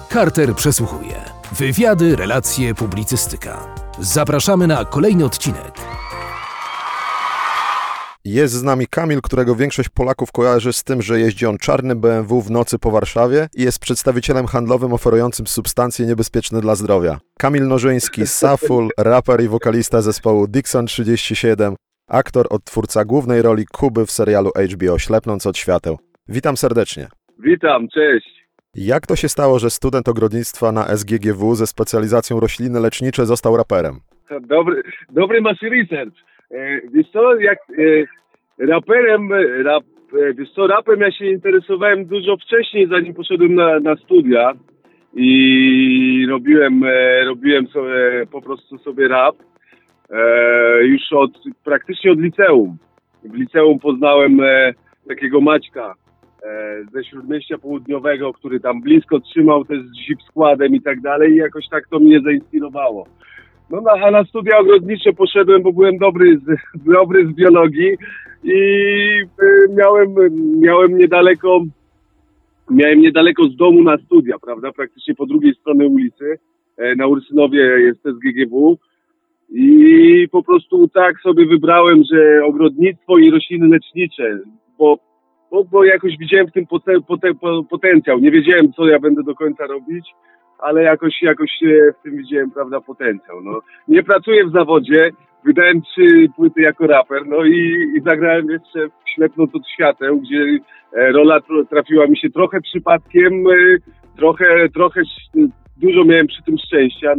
Carter przesłuchuje. Wywiady, relacje, publicystyka. Zapraszamy na kolejny odcinek. Jest z nami Kamil, którego większość Polaków kojarzy z tym, że jeździ on czarnym BMW w nocy po Warszawie i jest przedstawicielem handlowym oferującym substancje niebezpieczne dla zdrowia. Kamil Nożyński, Saful, raper i wokalista zespołu Dixon 37, aktor, odtwórca głównej roli Kuby w serialu HBO Ślepnąc od świateł. Witam serdecznie. Witam, cześć. Jak to się stało, że student ogrodnictwa na SGGW ze specjalizacją rośliny lecznicze został raperem? Dobry masz research. Wiesz co, rapem ja się interesowałem dużo wcześniej, zanim poszedłem na studia i robiłem sobie, po prostu sobie rap już praktycznie od liceum. W liceum poznałem takiego Maćka ze Śródmieścia Południowego, który tam blisko trzymał też z Zip Składem i tak dalej i jakoś tak to mnie zainspirowało. A na studia ogrodnicze poszedłem, bo byłem dobry z biologii i miałem niedaleko z domu na studia, prawda, praktycznie po drugiej stronie ulicy, na Ursynowie jest SGGW i po prostu tak sobie wybrałem, że ogrodnictwo i rośliny lecznicze, bo jakoś widziałem w tym potencjał, nie wiedziałem, co ja będę do końca robić, ale jakoś w tym widziałem, prawda, potencjał. No. Nie pracuję w zawodzie, wydałem 3 płyty jako raper, no i zagrałem jeszcze w Ślepnąc od świateł, gdzie rola trafiła mi się trochę przypadkiem, trochę dużo miałem przy tym szczęścia,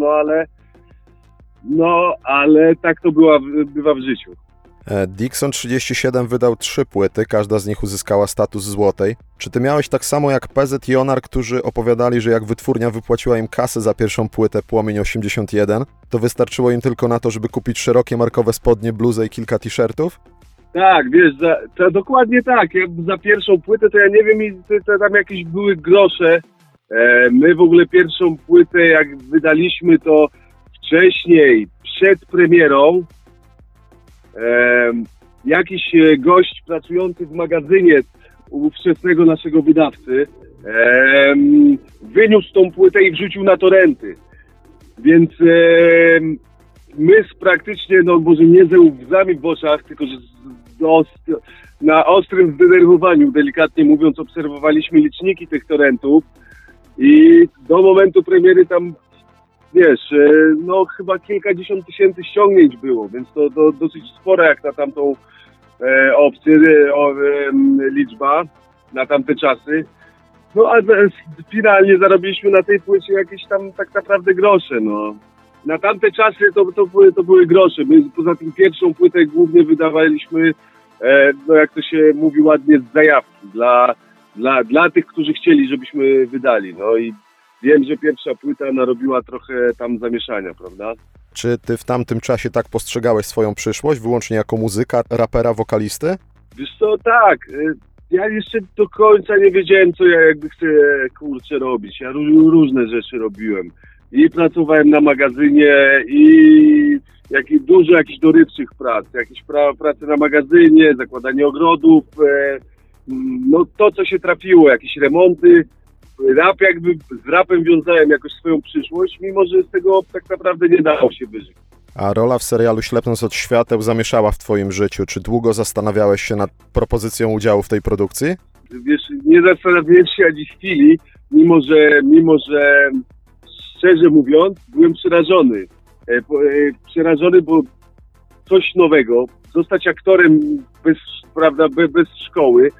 ale tak to bywa w życiu. Dixon 37 wydał 3 płyty, każda z nich uzyskała status złotej. Czy ty miałeś tak samo jak PZ i Jonar, którzy opowiadali, że jak wytwórnia wypłaciła im kasę za pierwszą płytę Płomień 81, to wystarczyło im tylko na to, żeby kupić szerokie markowe spodnie, bluzę i kilka t-shirtów? Tak, wiesz, dokładnie tak. Ja za pierwszą płytę to ja nie wiem, tam jakieś były grosze. My w ogóle pierwszą płytę jak wydaliśmy to wcześniej, przed premierą, jakiś gość pracujący w magazynie ówczesnego naszego wydawcy wyniósł tą płytę i wrzucił na torenty. Więc my praktycznie, może nie ze łzami w oczach, tylko że na ostrym zdenerwowaniu, delikatnie mówiąc, obserwowaliśmy liczniki tych torrentów i do momentu premiery tam, wiesz, chyba kilkadziesiąt tysięcy ściągnięć było, więc to dosyć spora jak na tamtą liczba, na tamte czasy. A finalnie zarobiliśmy na tej płycie jakieś tam tak naprawdę grosze, no. Na tamte czasy to były grosze. My poza tym pierwszą płytę głównie wydawaliśmy, jak to się mówi ładnie, z zajawki dla tych, którzy chcieli, żebyśmy wydali, no i wiem, że pierwsza płyta narobiła trochę tam zamieszania, prawda? Czy ty w tamtym czasie tak postrzegałeś swoją przyszłość, wyłącznie jako muzyka, rapera, wokalisty? Wiesz co, tak. Ja jeszcze do końca nie wiedziałem, co ja chcę, robić. Ja różne rzeczy robiłem. I pracowałem na magazynie, i dużo jakichś dorywczych prac. Jakieś prace na magazynie, zakładanie ogrodów, to, co się trafiło, jakieś remonty. Z rapem wiązałem jakoś swoją przyszłość, mimo że z tego tak naprawdę nie dało się wyżyć. A rola w serialu Ślepnąc od świateł zamieszała w twoim życiu. Czy długo zastanawiałeś się nad propozycją udziału w tej produkcji? Wiesz, nie zastanawiałem się ani chwili, mimo że szczerze mówiąc byłem przerażony. Przerażony, bo coś nowego, zostać aktorem bez szkoły,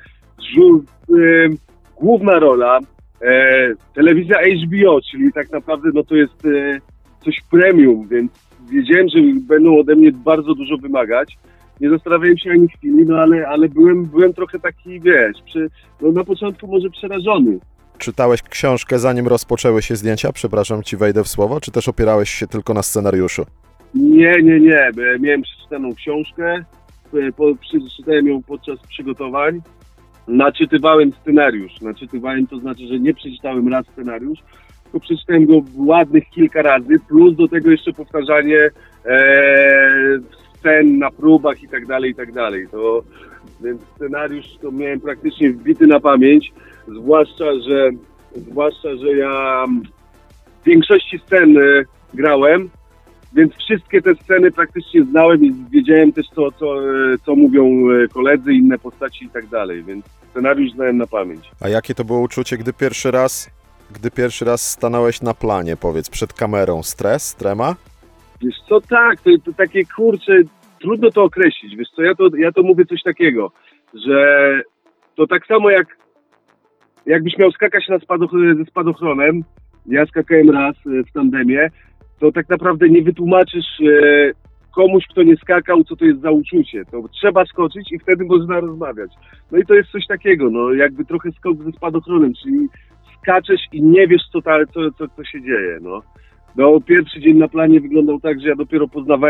główna rola, telewizja HBO, czyli tak naprawdę to jest coś premium, więc wiedziałem, że będą ode mnie bardzo dużo wymagać. Nie zastanawiałem się ani chwili, ale byłem trochę taki, wiesz, na początku może przerażony. Czytałeś książkę, zanim rozpoczęły się zdjęcia? Przepraszam, ci wejdę w słowo. Czy też opierałeś się tylko na scenariuszu? Nie. Miałem przeczytaną książkę, przeczytałem ją podczas przygotowań. Naczytywałem scenariusz. Naczytywałem, to znaczy, że nie przeczytałem raz scenariusz, tylko przeczytałem go ładnych kilka razy, plus do tego jeszcze powtarzanie scen na próbach i tak dalej. Więc scenariusz to miałem praktycznie wbity na pamięć, zwłaszcza, że ja w większości scen grałem, więc wszystkie te sceny praktycznie znałem i wiedziałem też, co mówią koledzy, inne postaci i tak dalej, więc scenariusz znałem na pamięć. A jakie to było uczucie, gdy pierwszy raz stanąłeś na planie, powiedz, przed kamerą? Stres, trema? Wiesz co, tak, to takie kurcze, trudno to określić, wiesz co, ja to mówię coś takiego, że to tak samo jakbyś miał skakać ze spadochronem, ja skakałem raz w tandemie, to tak naprawdę nie wytłumaczysz komuś, kto nie skakał, co to jest za uczucie. To trzeba skoczyć i wtedy można rozmawiać. No i to jest coś takiego, no jakby trochę skok ze spadochronem, czyli skaczesz i nie wiesz, co się dzieje, no. No, pierwszy dzień na planie wyglądał tak, że ja dopiero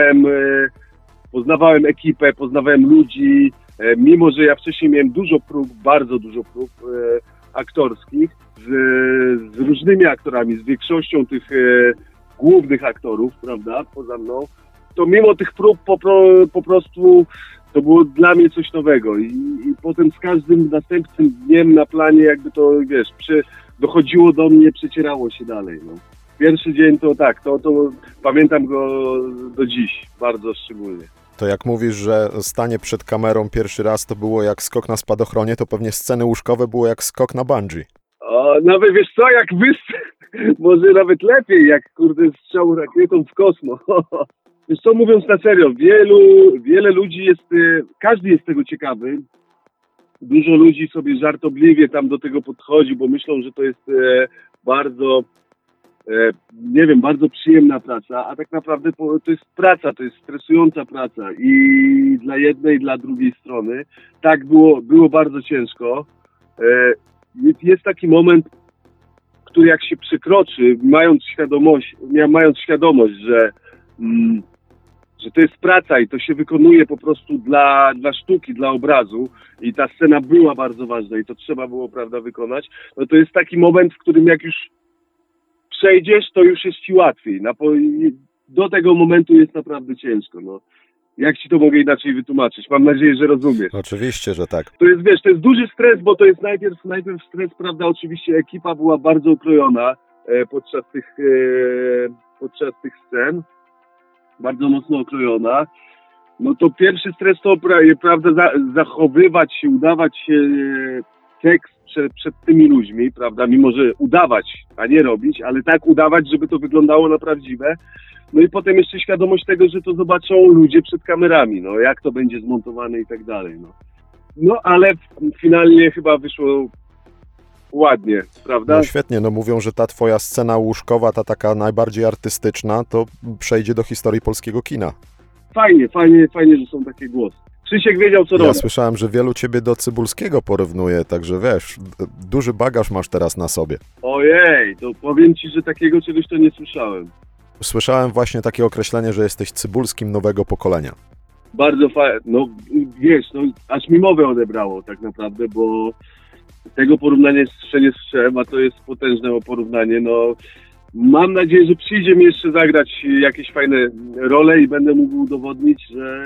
poznawałem ekipę, poznawałem ludzi, mimo że ja wcześniej miałem bardzo dużo prób aktorskich z różnymi aktorami, z większością tych głównych aktorów, prawda, poza mną, to mimo tych prób po prostu to było dla mnie coś nowego i potem z każdym następnym dniem na planie jakby to, wiesz, dochodziło do mnie, przecierało się dalej, no. Pierwszy dzień to tak, to pamiętam go do dziś, bardzo szczególnie. To jak mówisz, że stanie przed kamerą pierwszy raz to było jak skok na spadochronie, to pewnie sceny łóżkowe było jak skok na bungee. O, nawet wiesz co, jak może nawet lepiej, jak kurde strzał rakietą w kosmos. Wiesz co, mówiąc na serio, wiele ludzi jest, każdy jest tego ciekawy. Dużo ludzi sobie żartobliwie tam do tego podchodzi, bo myślą, że to jest bardzo, nie wiem, bardzo przyjemna praca, a tak naprawdę to jest praca, to jest stresująca praca i dla jednej, i dla drugiej strony. Tak, było bardzo ciężko. Jest taki moment, który jak się przekroczy, mając świadomość, że to jest praca i to się wykonuje po prostu dla sztuki, dla obrazu i ta scena była bardzo ważna i to trzeba było, prawda, wykonać, no to jest taki moment, w którym jak już przejdziesz, to już jest ci łatwiej. Do tego momentu jest naprawdę ciężko, no. Jak ci to mogę inaczej wytłumaczyć? Mam nadzieję, że rozumiesz. Oczywiście, że tak. To jest, wiesz, to jest duży stres, bo to jest najpierw stres, prawda, oczywiście ekipa była bardzo ukrojona podczas tych scen, bardzo mocno okrojona. No to pierwszy stres to, prawda, zachowywać się, udawać się tekst przed tymi ludźmi, prawda, mimo że udawać, a nie robić, ale tak udawać, żeby to wyglądało na prawdziwe. No i potem jeszcze świadomość tego, że to zobaczą ludzie przed kamerami, no jak to będzie zmontowane i tak dalej, no. No ale finalnie chyba wyszło ładnie, prawda? No świetnie, no mówią, że ta twoja scena łóżkowa, ta taka najbardziej artystyczna, to przejdzie do historii polskiego kina. Fajnie, że są takie głosy. Krzysiek wiedział, co robi. Ja słyszałem, że wielu ciebie do Cybulskiego porównuje, także wiesz, duży bagaż masz teraz na sobie. Ojej, to powiem ci, że takiego czegoś to nie słyszałem. Słyszałem właśnie takie określenie, że jesteś Cybulskim nowego pokolenia. Bardzo fajnie, no wiesz, no aż mi mowę odebrało tak naprawdę, bo tego porównania jeszcze nie słyszałem, a to jest potężne porównanie, no mam nadzieję, że przyjdzie mi jeszcze zagrać jakieś fajne role i będę mógł udowodnić,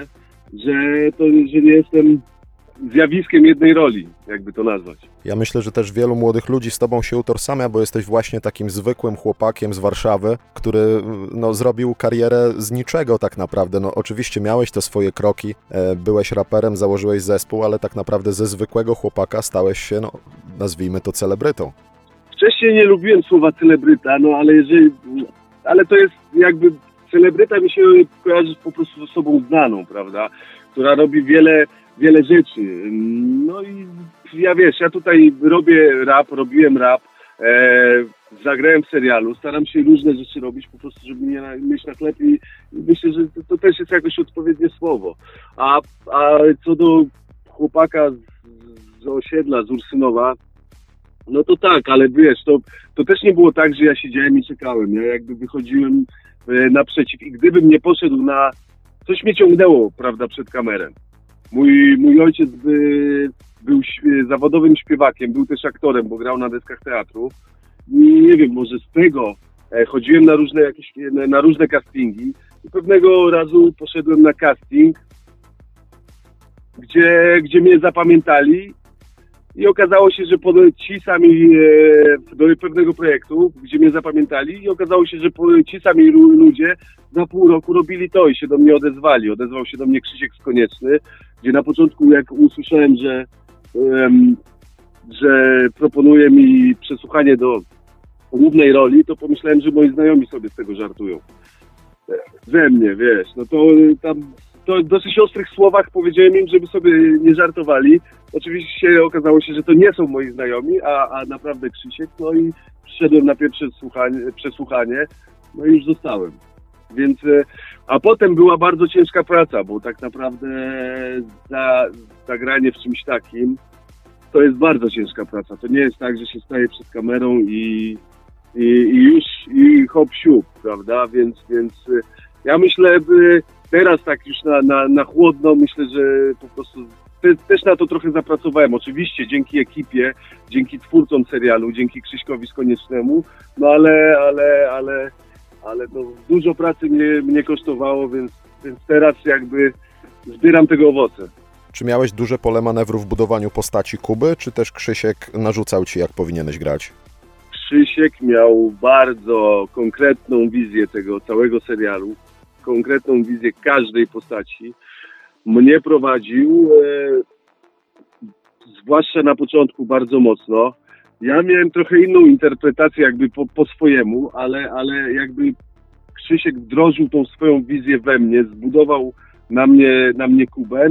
że nie jestem zjawiskiem jednej roli, jakby to nazwać. Ja myślę, że też wielu młodych ludzi z tobą się utożsamia, bo jesteś właśnie takim zwykłym chłopakiem z Warszawy, który no, zrobił karierę z niczego tak naprawdę. No oczywiście miałeś te swoje kroki, byłeś raperem, założyłeś zespół, ale tak naprawdę ze zwykłego chłopaka stałeś się, no nazwijmy to, celebrytą. Wcześniej nie lubiłem słowa celebryta, no ale to jest jakby, celebryta mi się kojarzy po prostu z osobą znaną, prawda, która robi wiele rzeczy. No i ja tutaj robiłem rap, zagrałem w serialu, staram się różne rzeczy robić po prostu, żeby nie mieć na chleb i myślę, że to też jest jakoś odpowiednie słowo. A co do chłopaka z osiedla, z Ursynowa, no to tak, ale wiesz, to też nie było tak, że ja siedziałem i czekałem. Ja jakby wychodziłem naprzeciw i gdybym nie poszedł coś mnie ciągnęło, prawda, przed kamerę. Mój ojciec był zawodowym śpiewakiem, był też aktorem, bo grał na deskach teatru. I nie wiem, może z tego chodziłem na różne castingi. I pewnego razu poszedłem na casting, gdzie mnie zapamiętali I okazało się, że ci sami do pewnego projektu, gdzie mnie zapamiętali, i okazało się, że ci sami ludzie za pół roku robili to i się do mnie odezwali. Odezwał się do mnie Krzysiek Konieczny, gdzie na początku jak usłyszałem, że proponuje mi przesłuchanie do głównej roli, to pomyślałem, że moi znajomi sobie z tego żartują. Ze mnie, wiesz, no to tam to w dosyć ostrych słowach powiedziałem im, żeby sobie nie żartowali. Oczywiście okazało się, że to nie są moi znajomi, a naprawdę Krzysiek, no i przyszedłem na pierwsze przesłuchanie, no i już zostałem. Więc, a potem była bardzo ciężka praca, bo tak naprawdę zagranie w czymś takim to jest bardzo ciężka praca. To nie jest tak, że się staje przed kamerą i już hop siup, prawda? Więc ja myślę, teraz tak już na chłodno, myślę, że po prostu też na to trochę zapracowałem. Oczywiście dzięki ekipie, dzięki twórcom serialu, dzięki Krzyśkowi Koniecznemu, no ale to dużo pracy mnie kosztowało, więc teraz jakby zbieram tego owoce. Czy miałeś duże pole manewru w budowaniu postaci Kuby, czy też Krzysiek narzucał ci, jak powinieneś grać? Krzysiek miał bardzo konkretną wizję tego całego serialu, konkretną wizję każdej postaci. Mnie prowadził, zwłaszcza na początku, bardzo mocno. Ja miałem trochę inną interpretację jakby po swojemu, ale jakby Krzysiek wdrożył tą swoją wizję we mnie, zbudował na mnie Kubę,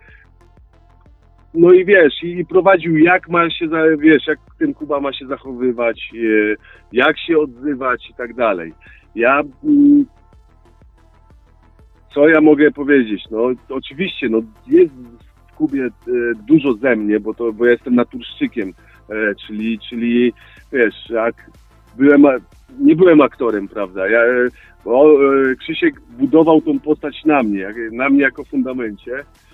no i wiesz, i prowadził jak ma się, wiesz, jak ten Kuba ma się zachowywać, jak się odzywać i tak dalej. Co ja mogę powiedzieć? No oczywiście, no jest w Kubie dużo ze mnie, bo ja jestem naturszczykiem, czyli wiesz, jak nie byłem aktorem, prawda? Krzysiek budował tą postać na mnie jako fundamencie.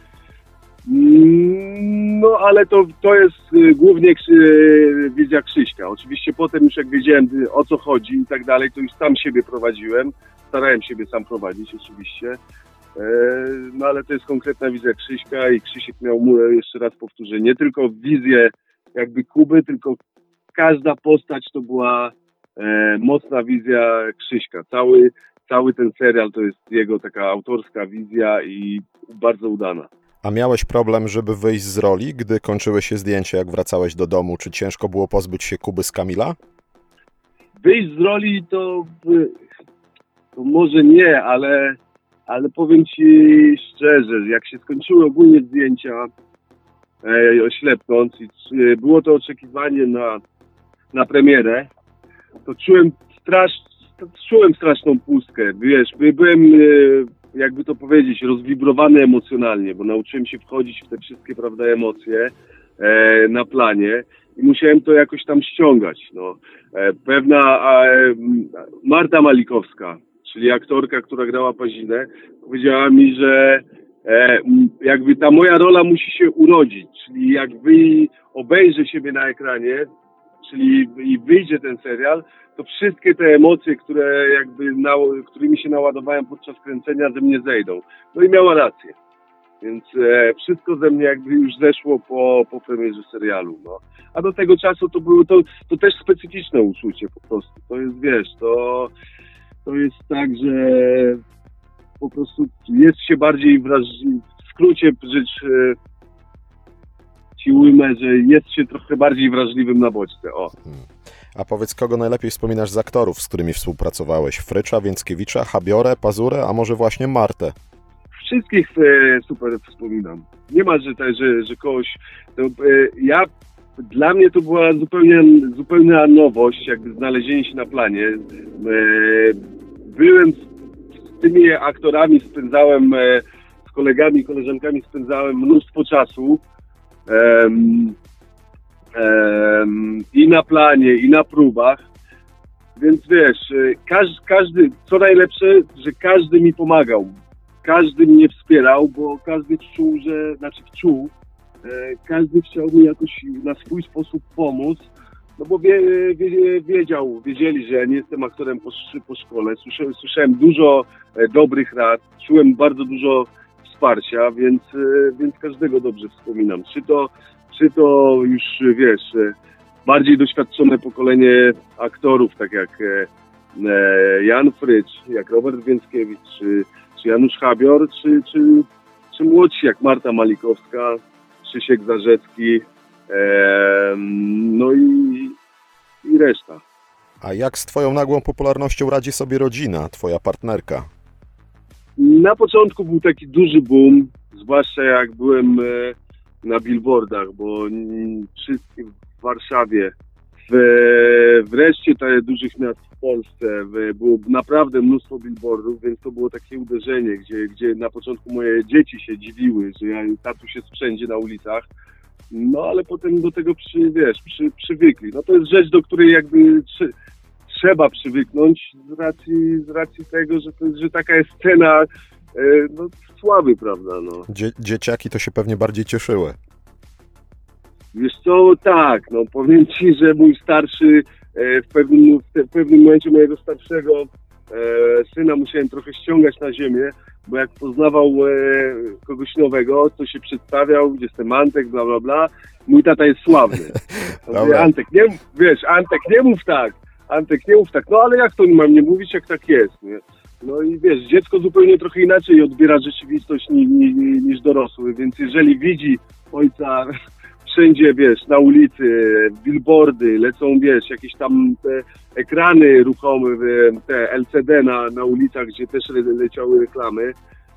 No ale to jest głównie wizja Krzyśka. Oczywiście potem już jak wiedziałem, o co chodzi i tak dalej, to już sam siebie prowadziłem. Starałem siebie sam prowadzić oczywiście. No ale to jest konkretna wizja Krzyśka i Krzysiek miał, jeszcze raz powtórzę, nie tylko wizję jakby Kuby, tylko każda postać to była mocna wizja Krzyśka. Cały ten serial to jest jego taka autorska wizja i bardzo udana. A miałeś problem, żeby wyjść z roli, gdy kończyły się zdjęcia, jak wracałeś do domu? Czy ciężko było pozbyć się Kuby z Kamila? Wyjść z roli to może nie, ale powiem ci szczerze, jak się skończyły ogólnie zdjęcia Oślepnąc i było to oczekiwanie na premierę, to czułem straszną pustkę. Wiesz, byłem, jakby to powiedzieć, rozwibrowany emocjonalnie, bo nauczyłem się wchodzić w te wszystkie, prawda, emocje na planie i musiałem to jakoś tam ściągać. No. Pewna Marta Malikowska, czyli aktorka, która grała Pazinę, powiedziała mi, że jakby ta moja rola musi się urodzić, czyli jak obejrzę siebie na ekranie, czyli i wyjdzie ten serial, to wszystkie te emocje, którymi się naładowałem podczas kręcenia, ze mnie zejdą. No i miała rację. Więc wszystko ze mnie jakby już zeszło po premierze serialu. No. A do tego czasu to było to też specyficzne uczucie po prostu. To jest, wiesz, to jest tak, że po prostu jest się bardziej wrażliwy, w skrócie rzecz ci ujmę, że jest się trochę bardziej wrażliwym na bodźce. O. A powiedz, kogo najlepiej wspominasz z aktorów, z którymi współpracowałeś? Frycza, Więckiewicza, Habiorę, Pazurę, a może właśnie Martę? Wszystkich super wspominam. Nie ma, że kogoś... Dla mnie to była zupełna nowość, jakby znalezienie się na planie. Byłem z tymi aktorami, z kolegami i koleżankami spędzałem mnóstwo czasu. I na planie, i na próbach. Więc wiesz, każdy, co najlepsze, że każdy mi pomagał. Każdy mnie wspierał, bo każdy czuł, każdy chciał mi jakoś na swój sposób pomóc, no bo wiedzieli, że ja nie jestem aktorem po szkole. Słyszałem dużo dobrych rad, czułem bardzo dużo wsparcia, więc każdego dobrze wspominam. czy to już, wiesz, bardziej doświadczone pokolenie aktorów, tak jak Jan Frycz, jak Robert Więckiewicz, czy Janusz Habior, czy młodsi jak Marta Malikowska, Krzysiek Zarzecki, no i reszta. A jak z twoją nagłą popularnością radzi sobie rodzina, twoja partnerka? Na początku był taki duży boom, zwłaszcza jak byłem na billboardach, bo wszystkie w Warszawie, w reszcie tych dużych miast w Polsce było naprawdę mnóstwo billboardów, więc to było takie uderzenie, gdzie na początku moje dzieci się dziwiły, że tatuś jest wszędzie na ulicach, no ale potem do tego przywykli. No to jest rzecz, do której jakby trzeba przywyknąć z racji tego, że taka jest cena no, sławy, prawda, no. Dzieciaki to się pewnie bardziej cieszyły. Wiesz co, tak, no powiem ci, że mój starszy w pewnym momencie mojego starszego syna musiałem trochę ściągać na ziemię, bo jak poznawał kogoś nowego, to się przedstawiał, jestem Antek, bla bla bla, mój tata jest sławny. Mówię, Antek, nie mów tak, no ale jak to mam nie mówić, jak tak jest, nie? No i wiesz, dziecko zupełnie trochę inaczej odbiera rzeczywistość niż dorosły, więc jeżeli widzi ojca wszędzie, wiesz, na ulicy, billboardy, lecą, wiesz, jakieś tam te ekrany ruchome, te LCD na ulicach, gdzie też leciały reklamy,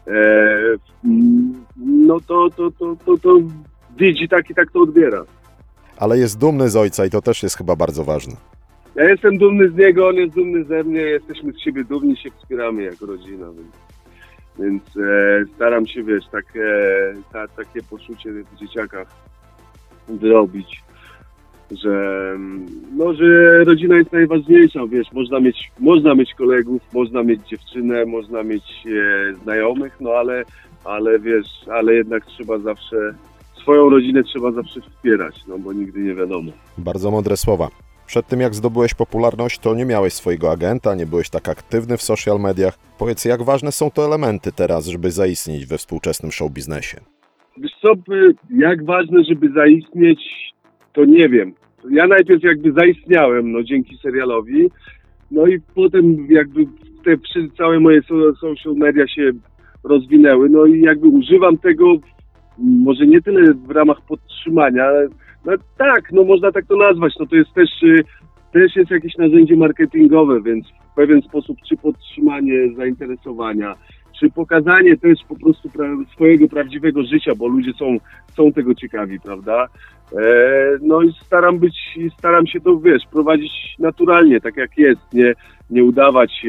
no to widzi tak i tak to odbiera. Ale jest dumny z ojca i to też jest chyba bardzo ważne. Ja jestem dumny z niego, on jest dumny ze mnie, jesteśmy z siebie dumni, się wspieramy jako rodzina, więc staram się, wiesz, takie poczucie w dzieciakach zrobić, że rodzina jest najważniejsza, wiesz, można mieć kolegów, można mieć dziewczynę, można mieć znajomych, no ale wiesz, ale jednak trzeba zawsze, swoją rodzinę trzeba zawsze wspierać, no bo nigdy nie wiadomo. Bardzo mądre słowa. Przed tym jak zdobyłeś popularność, to nie miałeś swojego agenta, nie byłeś tak aktywny w social mediach. Powiedz, jak ważne są to elementy teraz, żeby zaistnieć we współczesnym show biznesie? Wiesz co, jak ważne, żeby zaistnieć, to nie wiem. Ja najpierw jakby zaistniałem, no dzięki serialowi, no i potem jakby całe moje social media się rozwinęły, no i jakby używam tego, może nie tyle w ramach podtrzymania, ale no tak, no można tak to nazwać, no to jest też jest jakieś narzędzie marketingowe, więc w pewien sposób czy podtrzymanie zainteresowania, czy pokazanie też po prostu swojego prawdziwego życia, bo ludzie są tego ciekawi, prawda? No i staram się to, wiesz, prowadzić naturalnie, tak jak jest, nie udawać,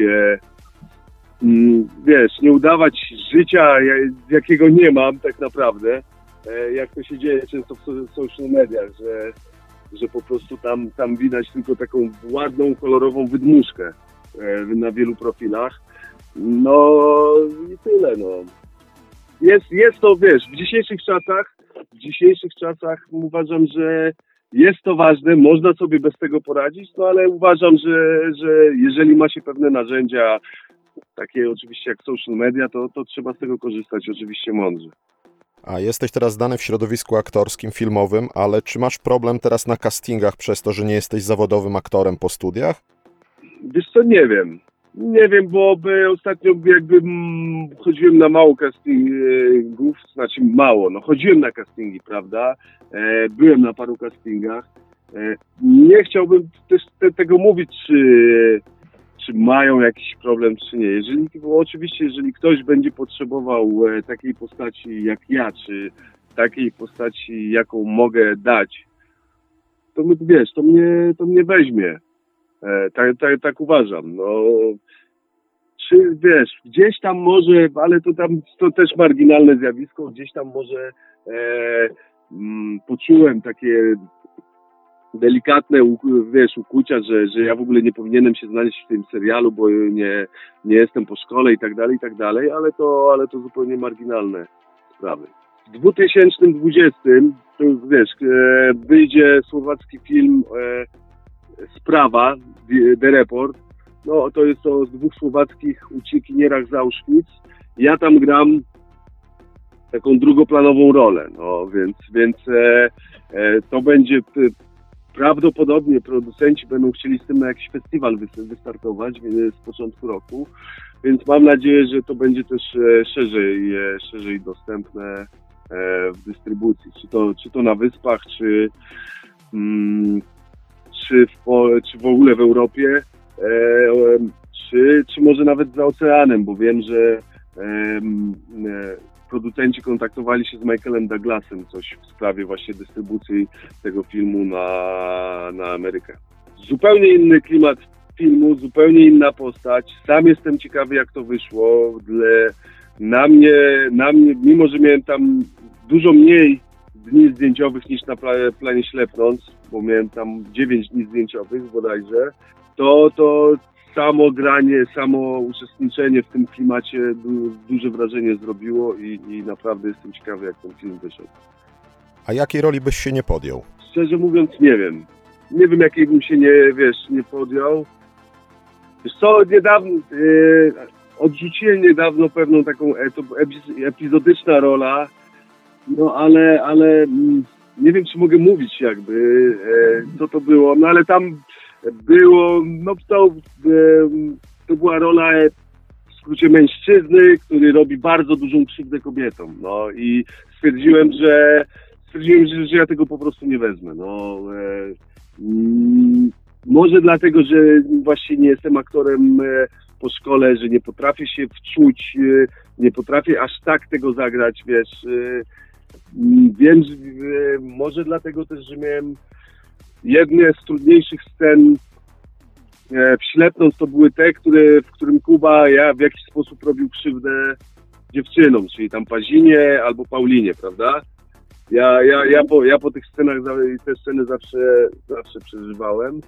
wiesz, nie udawać życia, jakiego nie mam tak naprawdę, jak to się dzieje często w social mediach, że po prostu tam widać tylko taką ładną, kolorową wydmuszkę na wielu profilach. No i tyle, no. Jest to, wiesz, w dzisiejszych czasach uważam, że jest to ważne, można sobie bez tego poradzić, no ale uważam, że jeżeli ma się pewne narzędzia, takie oczywiście jak social media, to trzeba z tego korzystać oczywiście mądrze. A jesteś teraz znany w środowisku aktorskim, filmowym, ale czy masz problem teraz na castingach przez to, że nie jesteś zawodowym aktorem po studiach? Wiesz co, nie wiem. Nie wiem, bo ostatnio jakby chodziłem na mało castingów, znaczy mało, no chodziłem na castingi, prawda? Byłem na paru castingach. Nie chciałbym też tego mówić, czy mają jakiś problem, czy nie. Oczywiście, jeżeli ktoś będzie potrzebował takiej postaci jak ja, czy takiej postaci, jaką mogę dać, to wiesz, to mnie weźmie. Tak uważam. No, czy wiesz, gdzieś tam może, ale to też marginalne zjawisko, gdzieś tam może poczułem takie delikatne, wiesz, ukłucia, że ja w ogóle nie powinienem się znaleźć w tym serialu, bo nie jestem po szkole i tak dalej, ale to zupełnie marginalne sprawy. W 2020, to wiesz, wyjdzie słowacki film Sprawa, The Report. No to jest o dwóch słowackich uciekinierach z Auschwitz. Ja tam gram taką drugoplanową rolę, no więc to będzie prawdopodobnie producenci będą chcieli z tym na jakiś festiwal wystartować z początku roku, więc mam nadzieję, że to będzie też szerzej dostępne w dystrybucji, czy to na Wyspach, czy w ogóle w Europie, czy może nawet za oceanem, bo wiem, że producenci kontaktowali się z Michaelem Douglasem coś w sprawie właśnie dystrybucji tego filmu na Amerykę. Zupełnie inny klimat filmu, zupełnie inna postać. Sam jestem ciekawy, jak to wyszło. Na mnie, mimo że miałem tam dużo mniej dni zdjęciowych niż na planie Ślepnąc, bo miałem tam 9 dni zdjęciowych bodajże, to samo granie, samo uczestniczenie w tym klimacie duże wrażenie zrobiło i naprawdę jestem ciekawy, jak ten film wyszedł. A jakiej roli byś się nie podjął? Szczerze mówiąc, nie wiem. Nie wiem, jakiej bym się nie podjął. Wiesz co, odrzuciłem niedawno pewną taką epizodyczna rola, no ale nie wiem, czy mogę mówić jakby, co to było, no ale tam było, no to była rola w skrócie mężczyzny, który robi bardzo dużą krzywdę kobietom, no i stwierdziłem, że ja tego po prostu nie wezmę, no. Może dlatego, że właśnie nie jestem aktorem po szkole, że nie potrafię się wczuć, nie potrafię aż tak tego zagrać, wiesz. Wiem, że może dlatego też, że miałem jedne z trudniejszych scen w Ślepnąc, to były te, w którym Kuba w jakiś sposób robił krzywdę dziewczynom, czyli tam Pazinie albo Paulinie, prawda? Ja po tych scenach te sceny zawsze przeżywałem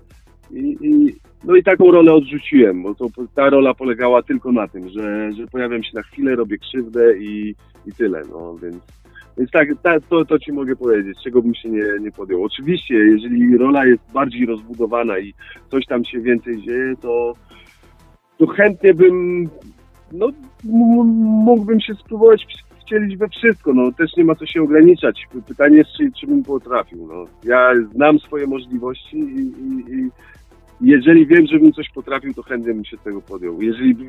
i taką rolę odrzuciłem, bo ta rola polegała tylko na tym, że pojawiam się na chwilę, robię krzywdę i tyle, no więc tak, to ci mogę powiedzieć, czego bym się nie podjął. Oczywiście, jeżeli rola jest bardziej rozbudowana i coś tam się więcej dzieje, to chętnie bym, no mógłbym się spróbować wcielić we wszystko, no też nie ma co się ograniczać. Pytanie jest, czy bym potrafił, no. Ja znam swoje możliwości i jeżeli wiem, że bym coś potrafił, to chętnie bym się tego podjął.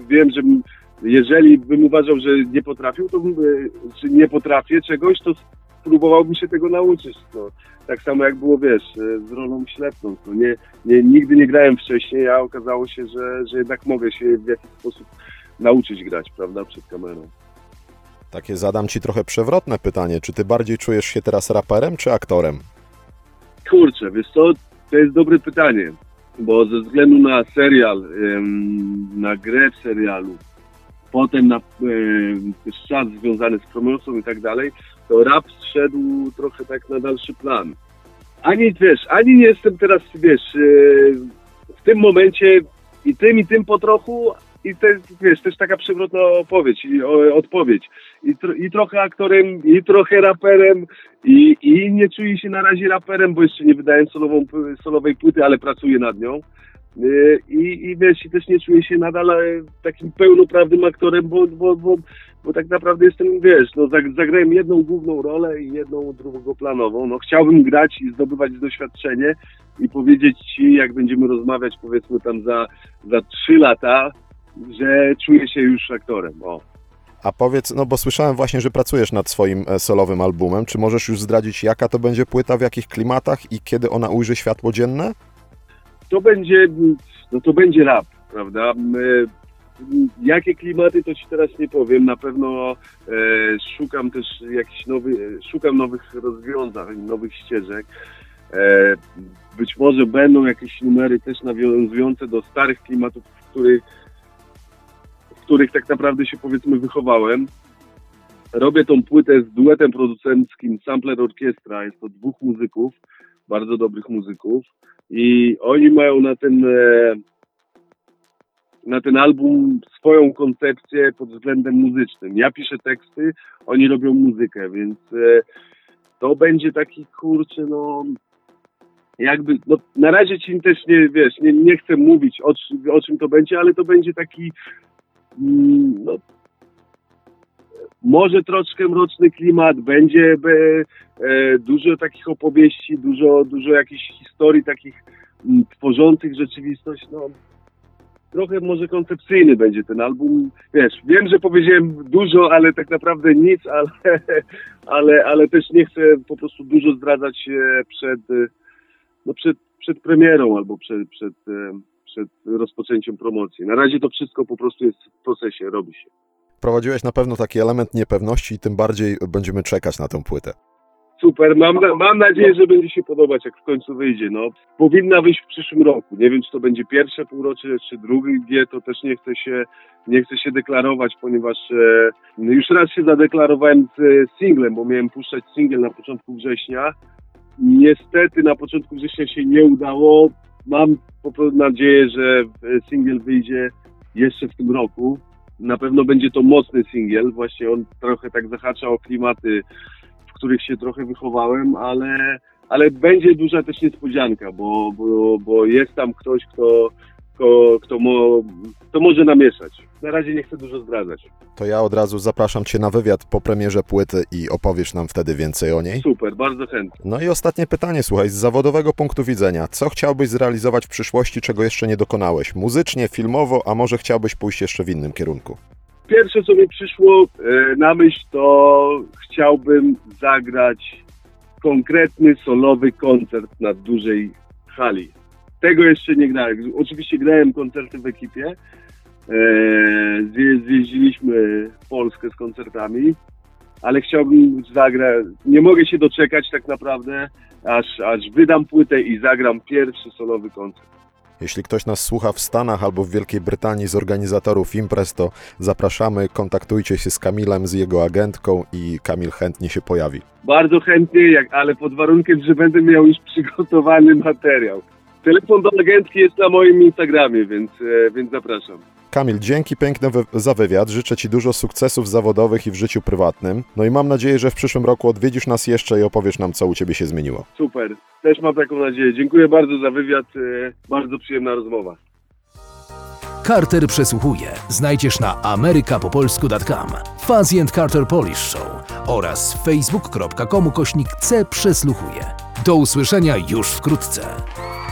Jeżeli bym uważał, że nie potrafił, to że nie potrafię czegoś, to spróbowałbym się tego nauczyć. No. Tak samo jak było, wiesz, z rolą Ślepnąc. No. Nigdy nie grałem wcześniej, a okazało się, że jednak mogę się w jakiś sposób nauczyć grać, prawda, przed kamerą. Takie zadam ci trochę przewrotne pytanie. Czy ty bardziej czujesz się teraz raperem czy aktorem? Kurczę, wiesz co, to jest dobre pytanie, bo ze względu na serial, na grę w serialu, potem na też czas związany z promocją i tak dalej, to rap zszedł trochę tak na dalszy plan. Ani nie jestem teraz, w tym momencie i tym po trochu, i to jest, też taka przewrotna odpowiedź. I trochę aktorem, i trochę raperem, i nie czuję się na razie raperem, bo jeszcze nie wydałem solowej płyty, ale pracuję nad nią. I też nie czuję się nadal takim pełnoprawnym aktorem, bo tak naprawdę jestem, zagrałem jedną główną rolę i jedną drugoplanową. No, chciałbym grać i zdobywać doświadczenie i powiedzieć ci, jak będziemy rozmawiać, powiedzmy tam za 3 lata, że czuję się już aktorem. O. A powiedz, no bo słyszałem właśnie, że pracujesz nad swoim solowym albumem. Czy możesz już zdradzić, jaka to będzie płyta, w jakich klimatach i kiedy ona ujrzy światło dzienne? To będzie rap, prawda? Jakie klimaty, to ci teraz nie powiem. Na pewno szukam też szukam nowych rozwiązań, nowych ścieżek. Być może będą jakieś numery też nawiązujące do starych klimatów, w których tak naprawdę się, powiedzmy, wychowałem. Robię tą płytę z duetem producenckim Sampler Orkiestra. Jest to 2 muzyków, bardzo dobrych muzyków. I oni mają na ten album swoją koncepcję pod względem muzycznym. Ja piszę teksty, oni robią muzykę, więc to będzie taki, kurczę, no jakby, no na razie ci też nie chcę mówić o czym to będzie, ale to będzie taki, no Może troszkę mroczny klimat, będzie dużo takich opowieści, dużo jakichś historii takich tworzących rzeczywistość, no trochę może koncepcyjny będzie ten album. Wiesz, wiem, że powiedziałem dużo, ale tak naprawdę nic, ale też nie chcę po prostu dużo zdradzać przed premierą albo przed rozpoczęciem promocji. Na razie to wszystko po prostu jest w procesie, robi się. Wprowadziłeś na pewno taki element niepewności i tym bardziej będziemy czekać na tę płytę. Super, mam nadzieję, że będzie się podobać, jak w końcu wyjdzie. No, powinna wyjść w przyszłym roku. Nie wiem, czy to będzie pierwsze półrocze, czy drugie, to też nie chcę się deklarować, ponieważ już raz się zadeklarowałem z singlem, bo miałem puszczać singiel na początku września. Niestety na początku września się nie udało. Mam po prostu nadzieję, że singiel wyjdzie jeszcze w tym roku. Na pewno będzie to mocny singiel, właśnie on trochę tak zahacza o klimaty, w których się trochę wychowałem, ale będzie duża też niespodzianka, bo jest tam ktoś, kto może namieszać. Na razie nie chcę dużo zdradzać. To ja od razu zapraszam Cię na wywiad po premierze płyty i opowiesz nam wtedy więcej o niej. Super, bardzo chętnie. No i ostatnie pytanie, słuchaj, z zawodowego punktu widzenia. Co chciałbyś zrealizować w przyszłości, czego jeszcze nie dokonałeś? Muzycznie, filmowo, a może chciałbyś pójść jeszcze w innym kierunku? Pierwsze, co mi przyszło na myśl, to chciałbym zagrać konkretny, solowy koncert na dużej hali. Tego jeszcze nie grałem. Oczywiście grałem koncerty w ekipie. Zjeździliśmy Polskę z koncertami, ale chciałbym zagrać. Nie mogę się doczekać tak naprawdę, aż wydam płytę i zagram pierwszy solowy koncert. Jeśli ktoś nas słucha w Stanach albo w Wielkiej Brytanii z organizatorów imprez, to zapraszamy, kontaktujcie się z Kamilem, z jego agentką i Kamil chętnie się pojawi. Bardzo chętnie, ale pod warunkiem, że będę miał już przygotowany materiał. Telefon do agentki jest na moim Instagramie, więc zapraszam. Kamil, dzięki piękne za wywiad. Życzę Ci dużo sukcesów zawodowych i w życiu prywatnym. No i mam nadzieję, że w przyszłym roku odwiedzisz nas jeszcze i opowiesz nam, co u Ciebie się zmieniło. Super, też mam taką nadzieję. Dziękuję bardzo za wywiad, bardzo przyjemna rozmowa. Carter przesłuchuje znajdziesz na amerykapopolsku.com, Fuzzy & Carter Polish Show oraz facebook.com/C przesłuchuje. Do usłyszenia już wkrótce.